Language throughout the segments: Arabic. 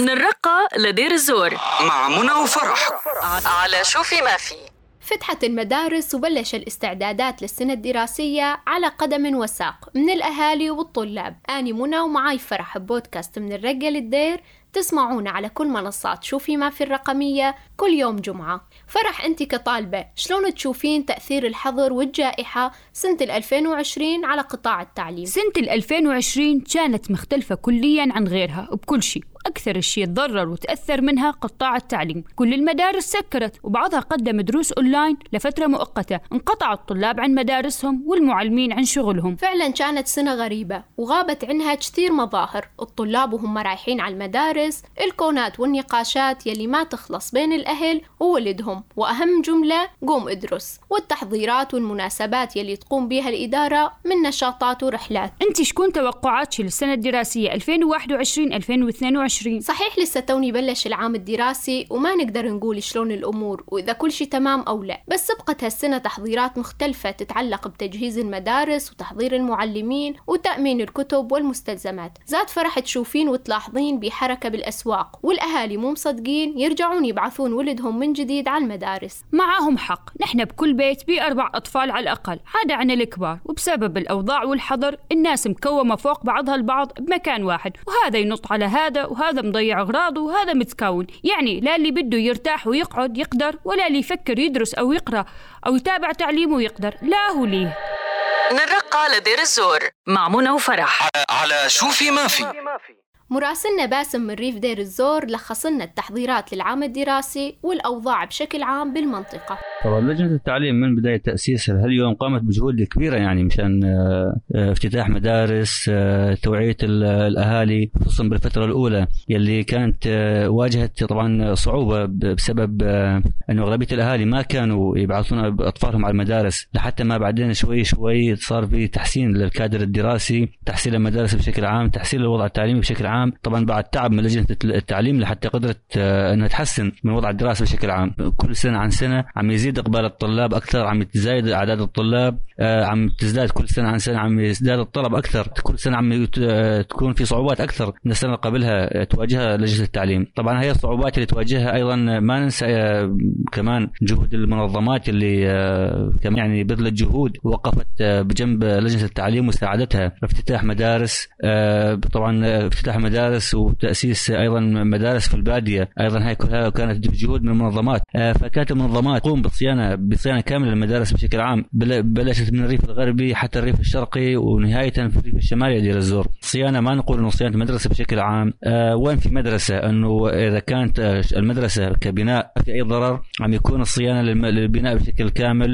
من الرقة لدير الزور مع منى وفرح على شوفي ما في. فتحت المدارس وبلش الاستعدادات للسنة الدراسية على قدم وساق من الأهالي والطلاب. أنا منى ومعاي فرح بودكاست من الرقة للدير، تسمعونا على كل منصات شوفي ما في الرقمية كل يوم جمعة. فرح، أنت كطالبة شلون تشوفين تأثير الحظر والجائحة سنة 2020 على قطاع التعليم؟ سنة 2020 كانت مختلفة كلياً عن غيرها بكل شيء، أكثر الشيء تضرر وتأثر منها قطاع التعليم. كل المدارس سكرت وبعضها قدم دروس أونلاين لفترة مؤقتة، انقطع الطلاب عن مدارسهم والمعلمين عن شغلهم. فعلا كانت سنة غريبة وغابت عنها كثير مظاهر. الطلاب وهم رايحين على المدارس، الكونات والنقاشات يلي ما تخلص بين الأهل وولدهم، وأهم جملة قوم ادرس، والتحضيرات والمناسبات يلي تقوم بها الإدارة من نشاطات ورحلات. أنت شكون توقعاتك للسنة الدراسية 2021-2022؟ صحيح لسه توني بلش العام الدراسي وما نقدر نقول شلون الأمور وإذا كل شي تمام أو لا، بس سبقت هالسنة تحضيرات مختلفة تتعلق بتجهيز المدارس وتحضير المعلمين وتأمين الكتب والمستلزمات. زاد فرح تشوفين وتلاحظين بحركة بالأسواق، والأهالي مو مصدقين يرجعون يبعثون ولدهم من جديد على المدارس. معاهم حق، نحن بكل بيت ب4 أطفال على الأقل، عادة عن الكبار، وبسبب الأوضاع والحظر الناس مكومة فوق بعضها البعض بمكان واحد، وهذا ينط على هذا وهذا مضيع أغراضه وهذا متكون. يعني لا اللي بده يرتاح ويقعد يقدر، ولا اللي يفكر يدرس أو يقرأ أو يتابع تعليمه يقدر، لا هو ليه. من الرقة لدير الزور مع منى وفرح على شوفي ما في. مراسلنا باسم من ريف دير الزور لخصلنا التحضيرات للعام الدراسي والأوضاع بشكل عام بالمنطقة. طبعا لجنة التعليم من بداية تأسيسها هاليوم قامت بجهود كبيرة، يعني مشان افتتاح مدارس، توعية الأهالي، خصوصا بالفترة الأولى يلي كانت واجهت طبعا صعوبة بسبب أنه أغلبية الأهالي ما كانوا يبعثون أطفالهم على المدارس، لحتى ما بعدين شوي شوي صار في تحسين للكادر الدراسي، تحسين المدارس بشكل عام، تحسين الوضع التعليمي بشكل عام. طبعا بعد تعب من لجنة التعليم لحتى قدرت أنها تحسن من وضع الدراسة بشكل عام. كل سنة عن سنة عم يزيد إقبال الطلاب أكثر، عم يتزايد أعداد الطلاب، عم تزداد كل سنة عن سنة، عم يزداد الطلب أكثر، كل سنة عم تكون في صعوبات أكثر من السنة قبلها تواجهها لجنة التعليم. طبعا هي الصعوبات اللي تواجهها أيضا ما ننسى كمان جهود المنظمات اللي كمان يعني بذلت جهود ووقفت بجنب لجنة التعليم وساعدتها في افتتاح مدارس. طبعا افتتاح مدارس وتأسيس أيضا مدارس في البادية، أيضا هي كلها كانت جهود من المنظمات. فكانت المنظمات تقوم بصيانة كاملة للمدارس بشكل عام، بلشت من الريف الغربي حتى الريف الشرقي ونهاية في الريف الشمالي دير الزور. صيانة ما نقول إنه صيانة مدرسة بشكل عام، وين في مدرسة إنه إذا كانت المدرسة كبناء في أي ضرر عم يكون الصيانة للبناء بشكل كامل،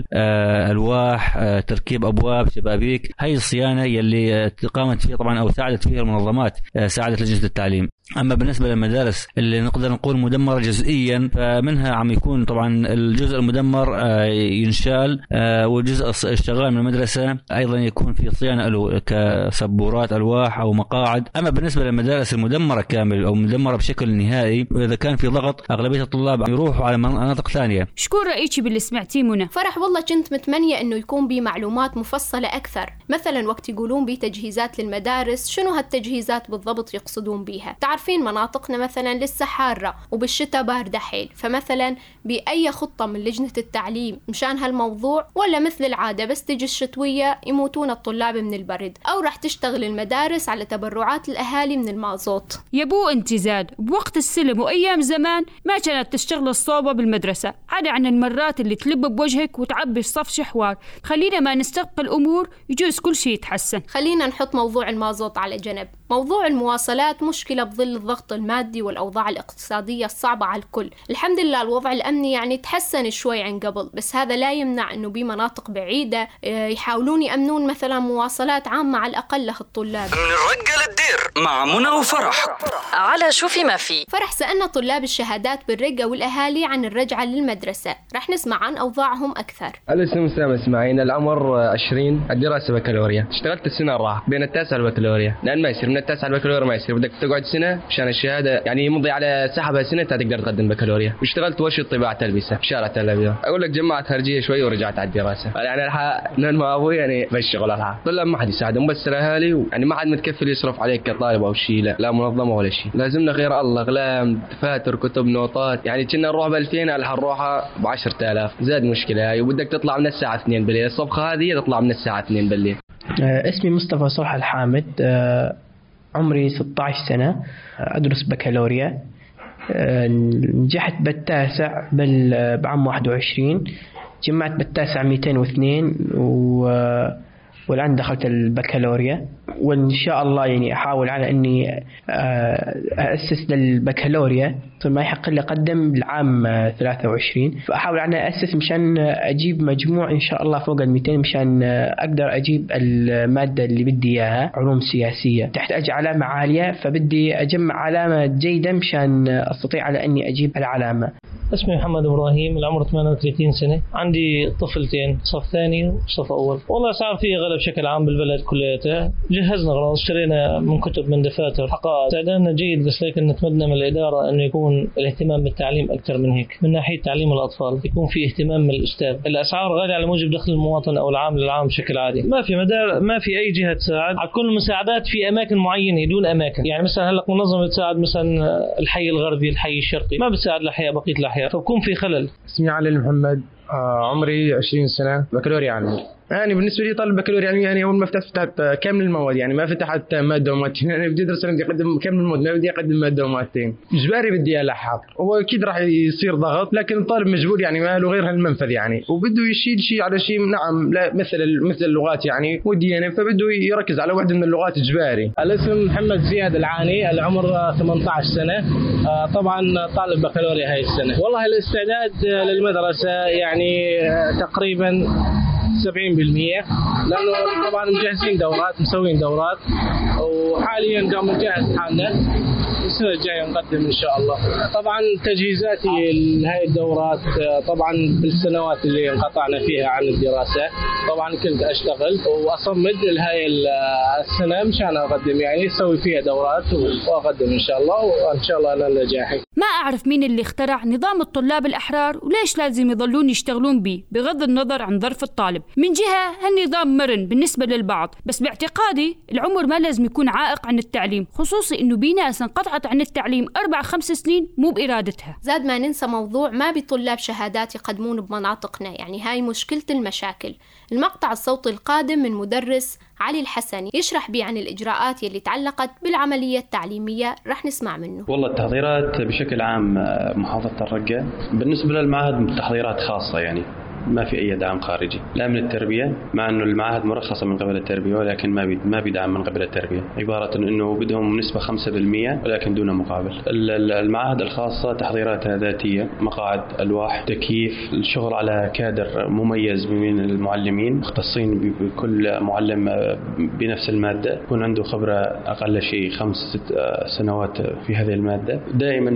ألواح، تركيب أبواب، شبابيك. هاي الصيانة يلي قامت فيها طبعا أو ساعدت فيها المنظمات، ساعدت لجنة التعليم. أما بالنسبة للمدارس اللي نقدر نقول مدمرة جزئيا، فمنها عم يكون طبعا الجزء المدمر ينشال، والجزء الشغال من المدرسة أيضا يكون في صيانة له كسبورات، ألواح أو مقاعد. أما بالنسبة للمدارس المدمرة كامل أو مدمرة بشكل نهائي، وإذا كان في ضغط أغلبية الطلاب يروحوا على مناطق ثانية. شكون رأيك باللي سمعتيه منى؟ فرح، والله كنت متمنية إنه يكون بمعلومات مفصلة أكثر، مثلا وقت يقولون بتجهيزات للمدارس، شنو هالتجهيزات بالضبط يقصدون بيها؟ تعرفين مناطقنا مثلا لسه حارة وبالشتاء باردة حيل، فمثلا بأي خطة من لجنة التعليم مشان هالموضوع، ولا مثل العادة بس تجي الشتوية يموتون الطلاب من البرد، أو راح تشتغل المدارس على تبرعات الأهالي من المازوت؟ يبو انت زاد بوقت السلم وأيام زمان ما كانت تشتغل الصوبة بالمدرسة، عدا عن المرات اللي تلب بوجهك وتعبي الصف شحوار. خلينا ما نستبق الأمور، يجوز كل شيء يتحسن. خلينا نحط موضوع المازوت على جنب. موضوع المواصلات مشكلة بظل الضغط المادي والأوضاع الاقتصادية الصعبة على الكل. الحمد لله الوضع الأمني يعني تحسن شوي عن قبل، بس هذا لا يمنع أنه بمناطق بعيدة يحاولون يأمنون مثلا مواصلات عامة على الأقل له الطلاب. من الرقة للدير مع منى وفرح على شوفي ما في. فرح، سألنا طلاب الشهادات بالرقة والأهالي عن الرجعة للمدرسة، رح نسمع عن أوضاعهم أكثر. الاسم سامي اسماعيل، العمر 20، الدراسة بكالوريا. اشتغلت السنة الراحة بين التاسعة والبكالوريا، لأن ما يصير من التاسعة البكالوريا ما يصير، بدك تقعد سنة مشان الشهادة يعني يمضي على سحبها سنة تقدر تقدم بكالوريا. واشتغلت ورشة طباعة تلبسة في شارع تل أبيب. اقول لك جمعت هرجيه شوي ورجعت على الدراسه. يعني الحق ما ابوي يعني بالشغل الحق طلاب ما حد يساعدهم بس الاهالي، يعني ما حد متكفل يصرف عليك كطالب او شيء، لا منظمه ولا شيء. لازمنا غير الله اقلام دفاتر كتب نوطات، يعني كنا نروح ب 2000 الحق نروحها ب 10000 زاد مشكله هاي. وبدك تطلع من الساعه 2 بالليل، الصبخه هذه تطلع من الساعه 2 بالليل. اسمي مصطفى صلح الحامد، عمري 16 سنة، أدرس بكالوريا. نجحت بالتاسع بعام 21، جمعت بالتاسع 202 والآن دخلت البكالوريا. وإن شاء الله يعني أحاول على أني أسس للبكالوريا ما يحق لي أقدم بالعام 23، فأحاول على أسس مشان أجيب مجموع إن شاء الله فوق 200 مشان أقدر أجيب المادة اللي بدي إياها، علوم سياسية. تحتاج علامة عالية، فبدي أجمع علامة جيدة مشان أستطيع على أني أجيب العلامة. اسمي محمد إبراهيم، العمر 38 سنة، عندي طفلتين صف ثاني وصف أول. والله صار في غلب بشكل عام بالبلد كليته. جهزنا أغراض، اشترينا من كتب من دفاتر، حقائق استعدادنا جيد، بس لكن نتمنى من الإدارة أنه يكون الاهتمام بالتعليم أكثر من هيك. من ناحية تعليم الأطفال يكون في اهتمام من الأستاذ. الأسعار غالية على موجب دخل المواطن أو العامل العام بشكل عادي. ما في أي جهة تساعد. على كل المساعدات في أماكن معينة دون أماكن. يعني مثلا هلأ منظمة تساعد مثلا الحي الغربي، الحي الشرقي، ما بتساعد الأحياء بقية الأحياء، فبكون في خلل. اسمي علي محمد، عمري 20 سنة، بكالوريا علمي. يعني بالنسبة لي طالب بكالوريا يعني أول ما فتحت كامل المواد، يعني ما فتحت مادة ومادتين. يعني بدي أدرس بدي أقدم كامل المواد، ما بدي أقدم مادة ومادتين. إجباري بدي ألحق. هو أكيد راح يصير ضغط، لكن الطالب مجبور، يعني ما له غير هالمنفذ يعني، وبده يشيل شيء على شيء. نعم، لا مثل اللغات يعني وديانة، فبده يركز على واحدة من اللغات إجباري. الاسم محمد زياد العاني، العمر 18 سنة، طبعا طالب بكالوريا هاي السنة. والله الاستعداد للمدرسة يعني تقريبا 70%، لأنه طبعا مجهزين دورات، مسوين دورات، وحاليا قام نجهز حالنا. السنة الجاية نقدم إن شاء الله. طبعا تجهيزاتي لهاي الدورات طبعا بالسنوات اللي انقطعنا فيها عن الدراسة، طبعا كنت أشتغل وأصمد لهاي السنة مشان أقدم، يعني أسوي فيها دورات وأقدم إن شاء الله، وإن شاء الله أنا نجاحي. ما أعرف مين اللي اخترع نظام الطلاب الأحرار وليش لازم يظلون يشتغلون به بغض النظر عن ظرف الطالب. من جهة هالنظام مرن بالنسبة للبعض، بس باعتقادي العمر ما لازم يكون عائق عن التعليم، خصوصي إنه بيناس انقطعت عن التعليم 4-5 سنين مو بإرادتها. زاد ما ننسى موضوع ما بطلاب شهادات يقدمون بمناطقنا، يعني هاي مشكلة المشاكل. المقطع الصوتي القادم من مدرس علي الحسني يشرح بيه عن الإجراءات يلي تعلقت بالعملية التعليمية، رح نسمع منه. والله التحضيرات بشكل عام محافظة الرقة بالنسبة للمعهد تحضيرات خاصة، يعني ما في أي دعم خارجي، لا من التربية، مع أنه المعاهد مرخصة من قبل التربية ولكن ما بيدعم من قبل التربية، عبارة أنه بدهم نسبة 5% ولكن دون مقابل. المعاهد الخاصة تحضيراتها ذاتية، مقاعد، ألواح، تكييف، الشغل على كادر مميز من المعلمين مختصين بكل معلم بنفس المادة، يكون عنده خبرة أقل شيء 5-6 سنوات في هذه المادة. دائما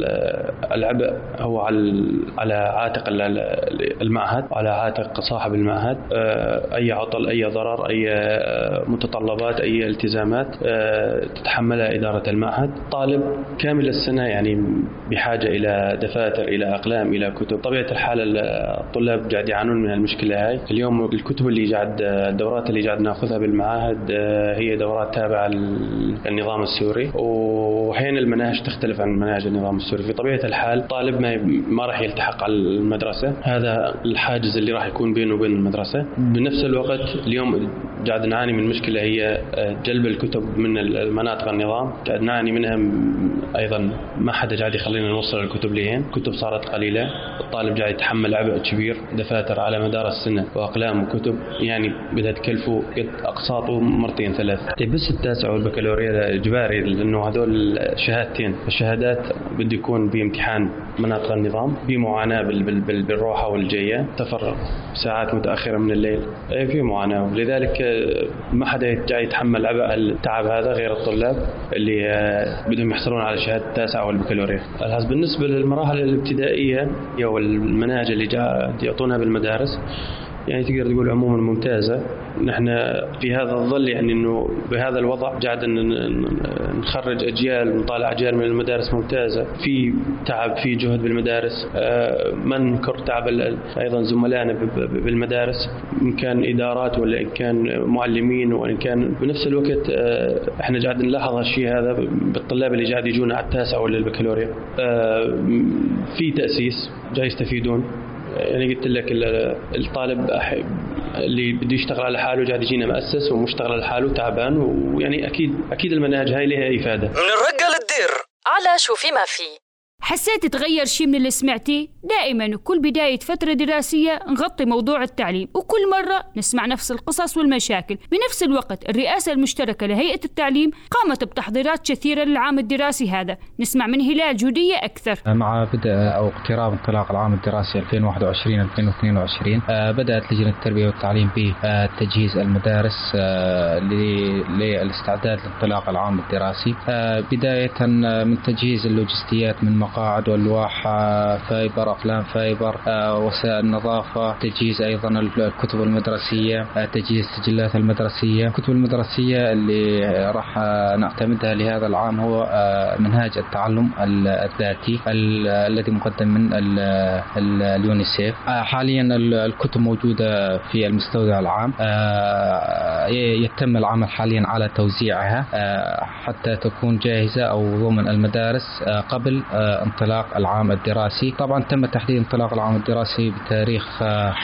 العبء هو على عاتق المعهد، على عاتق صاحب المعهد. أي عطل، أي ضرر، أي متطلبات، أي التزامات تتحملها إدارة المعهد. طالب كامل السنة يعني بحاجة إلى دفاتر، إلى أقلام، إلى كتب. طبيعة الحال الطلاب قاعد يعانون من المشكلة هاي. اليوم الكتب اللي الدورات اللي قاعد ناخذها بالمعاهد هي دورات تابعة للنظام السوري، وحين المناهج تختلف عن مناهج النظام السوري. في طبيعة الحال طالب ما راح يلتحق على المدرسة، هذا الحاجز اللي راح يكون بينه وبين المدرسة. بنفس الوقت اليوم قاعد نعاني من مشكلة هي جلب الكتب من المناطق النظام، قاعد نعاني منها أيضا، ما حدا قاعد يخلينا نوصل الكتب لهين. كتب صارت قليلة، الطالب قاعد يتحمل عبء كبير، دفاتر على مدار السنة وأقلام وكتب، يعني بدها تكلفه قد أقساطه 2-3. بس التاسع والبكالوريا إجباري، لأنه هذول شهادتين. الشهادات بده يكون بامتحان مناطق النظام، بمعاناة بالروحة والجاية، سفر ساعات متأخرة من الليل، في معاناة. لذلك ما حدا جاي يتحمل عبء التعب هذا غير الطلاب اللي بدهم يحصلون على شهادة التاسع والبكالوريا. بالنسبة للمراحل الابتدائية والمناهج اللي يعطونها بالمدارس، يعني تقدر تقول عموما ممتازة، نحن في هذا الظل يعني إنه بهذا الوضع قاعد نخرج أجيال ونطالع أجيال من المدارس ممتازة، في تعب في جهد بالمدارس، ما ننكر تعب أيضا زملائنا بالمدارس إن كان إدارات ولا إن كان معلمين، وإن كان بنفس الوقت إحنا قاعد نلاحظ هالشيء هذا بالطلاب اللي قاعد يجونا على التاسع ولا البكالوريا. في تأسيس جاي يستفيدون، يعني قلت لك الطالب اللي بده يشتغل على حاله قاعد يجينا مؤسس ومشتغل على حاله تعبان، ويعني أكيد المناهج هاي لها إفادة. من الرقة للدير على شو في ما في. حسيت تغير شيء من اللي سمعتيه؟ دائما وكل بداية فترة دراسية نغطي موضوع التعليم، وكل مرة نسمع نفس القصص والمشاكل. بنفس الوقت الرئاسة المشتركة لهيئة التعليم قامت بتحضيرات كثيرة للعام الدراسي هذا. نسمع من هلال جودية أكثر. مع بدء أو اقتراب انطلاق العام الدراسي 2021-2022 بدأت لجنة التربية والتعليم بتجهيز المدارس للاستعداد لانطلاق العام الدراسي، بداية من تجهيز اللوجستيات من مقاعد والواح فايبر، أقلام فايبر، وسائل النظافة، تجهيز أيضا الكتب المدرسية، تجهيز السجلات المدرسية. الكتب المدرسية اللي راح نعتمدها لهذا العام هو منهاج التعلم الذاتي الذي مقدم من اليونيسيف. حاليا الكتب موجودة في المستودع العام، يتم العمل حاليا على توزيعها حتى تكون جاهزة أو ضمن المدارس قبل انطلاق العام الدراسي. طبعا تم تحديد انطلاق العام الدراسي بتاريخ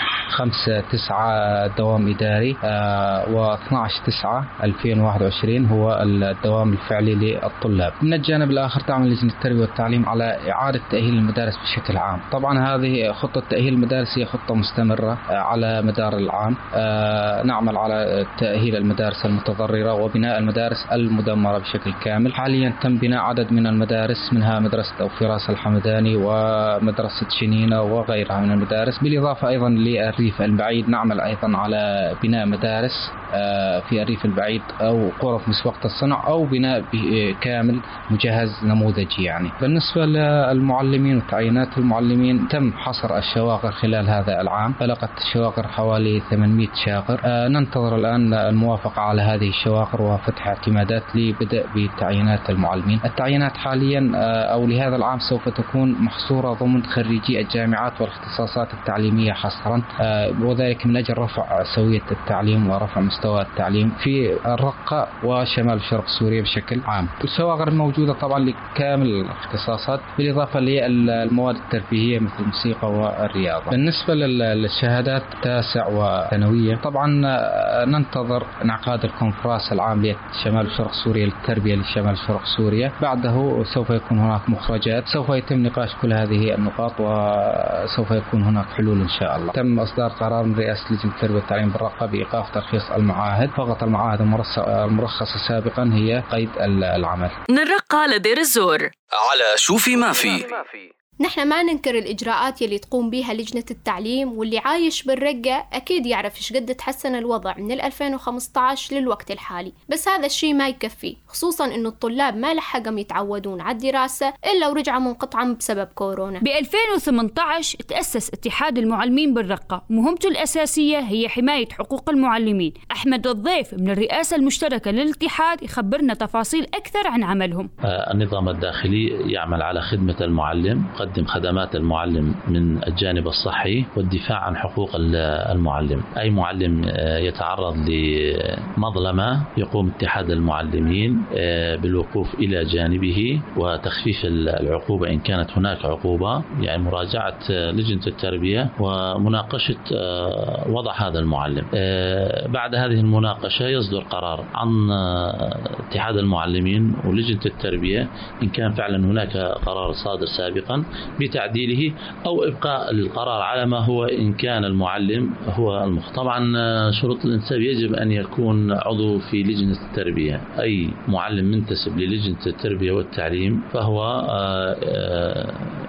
5/9 دوام إداري، و12/9/2021 هو الدوام الفعلي للطلاب. من الجانب الآخر تعمل لجنة التربية والتعليم على إعادة تأهيل المدارس بشكل عام. طبعا هذه خطة تأهيل المدارس هي خطة مستمرة على مدار العام. نعمل على تأهيل المدارس المتضررة وبناء المدارس المدمرة بشكل كامل. حاليا تم بناء عدد من المدارس، منها مدرسة أو فراس الحمداني ومدرسة شنينة وغيرها من المدارس، بالإضافة أيضا للريف البعيد. نعمل أيضا على بناء مدارس في الريف البعيد أو غرف مسبقة الصنع أو بناء كامل مجهز نموذجي. يعني بالنسبة للمعلمين وتعيينات المعلمين تم حصر الشواغر خلال هذا العام، بلغت الشواغر حوالي 800 شاغر. ننتظر الآن الموافقة على هذه الشواغر وفتح اعتمادات لبدء بتعيينات المعلمين. التعيينات حاليا أو لهذا العام سوف تكون محصورة ضمن خريجي الجامعات والاختصاصات التعليمية حصرا، وذلك من أجل رفع سوية التعليم ورفع مستوى التعليم في الرقة وشمال شرق سوريا بشكل عام. الشواغر الموجودة طبعا لكامل الاختصاصات بالإضافة للمواد الترفيهية مثل الموسيقى والرياضة. بالنسبة للشهادات تاسع وثانوية طبعا ننتظر انعقاد الكونفراس العام لشمال شرق سوريا للتربية لشمال شرق سوريا، بعده سوف يكون هناك مخرجات، سوف يتم نقاش كل هذه النقاط وسوف يكون هناك حلول إن شاء الله. تم إصدار قرار من رئاسة لجنة التربية والتعليم بالرقة بإيقاف ترخيص المعاهد، فقط المعاهد المرخصة سابقا هي قيد العمل. من الرقة لدير الزور على شو في ما في. نحن ما ننكر الإجراءات يلي تقوم بها لجنة التعليم، واللي عايش بالرقة أكيد يعرف إيش قد تحسن الوضع من 2015 للوقت الحالي، بس هذا الشيء ما يكفي، خصوصا إنه الطلاب ما لحقهم يتعودون على الدراسة إلا ورجعوا منقطعا بسبب كورونا. ب 2018 تأسس اتحاد المعلمين بالرقة، مهمته الأساسية هي حماية حقوق المعلمين. أحمد الضيف من الرئاسة المشتركة للاتحاد يخبرنا تفاصيل أكثر عن عملهم. النظام الداخلي يعمل على خدمة المعلم، يقدم خدمات المعلم من الجانب الصحي والدفاع عن حقوق المعلم. أي معلم يتعرض لمظلمة يقوم اتحاد المعلمين بالوقوف إلى جانبه وتخفيف العقوبة إن كانت هناك عقوبة، يعني مراجعة لجنة التربية ومناقشة وضع هذا المعلم. بعد هذه المناقشة يصدر قرار عن اتحاد المعلمين ولجنة التربية إن كان فعلا هناك قرار صادر سابقا بتعديله أو إبقاء القرار على ما هو إن كان المعلم هو المخطئ. طبعا شروط الانتساب يجب أن يكون عضو في لجنة التربية. أي معلم منتسب للجنة التربية والتعليم فهو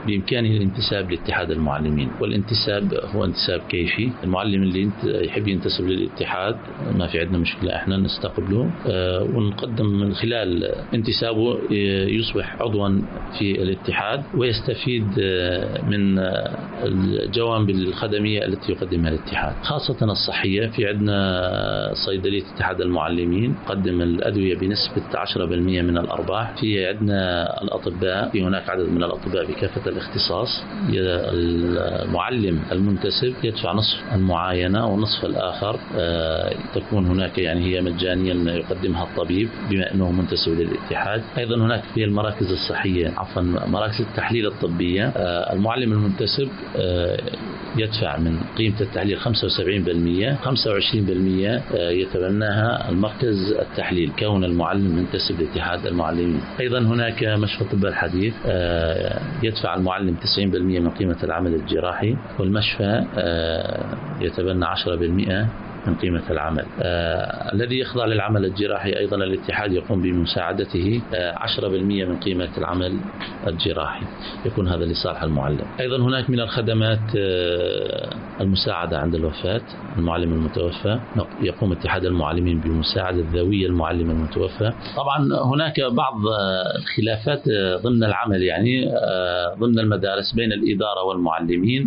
بإمكانه الانتساب لاتحاد المعلمين. والانتساب هو انتساب كيفي. المعلم اللي يحب ينتسب للاتحاد ما في عندنا مشكلة، احنا نستقبله ونقدم من خلال انتسابه يصبح عضوا في الاتحاد ويستفيد من الجوانب الخدمية التي يقدمها الاتحاد، خاصة الصحية. في عندنا صيدلية اتحاد المعلمين تقدم الأدوية بنسبة 10% من الأرباح. في عندنا الأطباء، في هناك عدد من الأطباء بكافة الاختصاص. المعلم المنتسب يدفع نصف المعاينة والنصف الآخر تكون هناك يعني هي مجانيا يقدمها الطبيب بما أنه منتسب للاتحاد. أيضا هناك في المراكز الصحية مراكز التحليل الطبية، المعلم المنتسب يدفع من قيمة التحليل 75%، 25% يتبناها المركز التحليل كون المعلم منتسب لاتحاد المعلمين. أيضا هناك مشفى طب الحديث يدفع المعلم 90% من قيمة العمل الجراحي، والمشفى يتبنى 10% من قيمة العمل. الذي يخضع للعمل الجراحي أيضا الاتحاد يقوم بمساعدته 10% من قيمة العمل الجراحي، يكون هذا لصالح المعلم. أيضا هناك من الخدمات المساعدة عند الوفاة المعلم المتوفى، يقوم اتحاد المعلمين بمساعدة ذوي المعلم المتوفى. طبعا هناك بعض الخلافات ضمن العمل يعني ضمن المدارس بين الإدارة والمعلمين،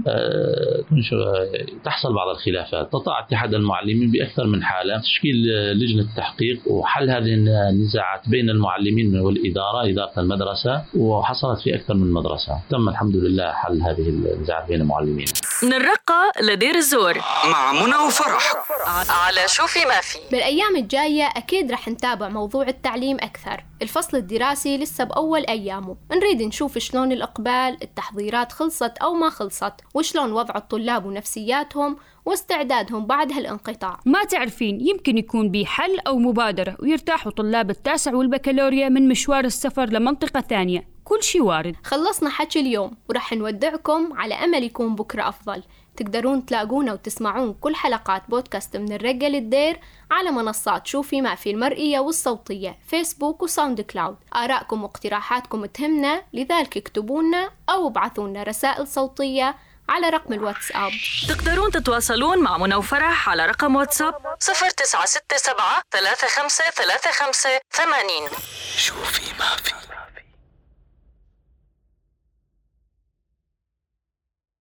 تحصل بعض الخلافات. تطاع اتحاد المعلمين بأكثر من حالة تشكيل لجنة تحقيق وحل هذه النزاعات بين المعلمين والإدارة، إدارة المدرسة، وحصلت في أكثر من مدرسة. تم الحمد لله حل هذه النزاعات بين المعلمين. من الرقة لدير الزور مع منى وفرح على شوفي ما في. بالأيام الجاية أكيد رح نتابع موضوع التعليم أكثر. الفصل الدراسي لسه بأول أيامه، نريد نشوف شلون الإقبال، التحضيرات خلصت أو ما خلصت، وشلون وضع الطلاب ونفسياتهم واستعدادهم بعد هالانقطاع. ما تعرفين يمكن يكون بحل أو مبادرة ويرتاحوا طلاب التاسع والبكالوريا من مشوار السفر لمنطقة ثانية. كل شي وارد. خلصنا حكي اليوم ورح نودعكم على أمل يكون بكرة أفضل. تقدرون تلاقونا وتسمعون كل حلقات بودكاست من الرقة للدير على منصات شوفي ما في المرئية والصوتية، فيسبوك وساوند كلاود. آراءكم واقتراحاتكم تهمنا، لذلك اكتبونا أو ابعثونا رسائل صوتية على رقم الواتساب. تقدرون تتواصلون مع منى وفرح على رقم واتساب 0967 35 35 80. شوفي ما في.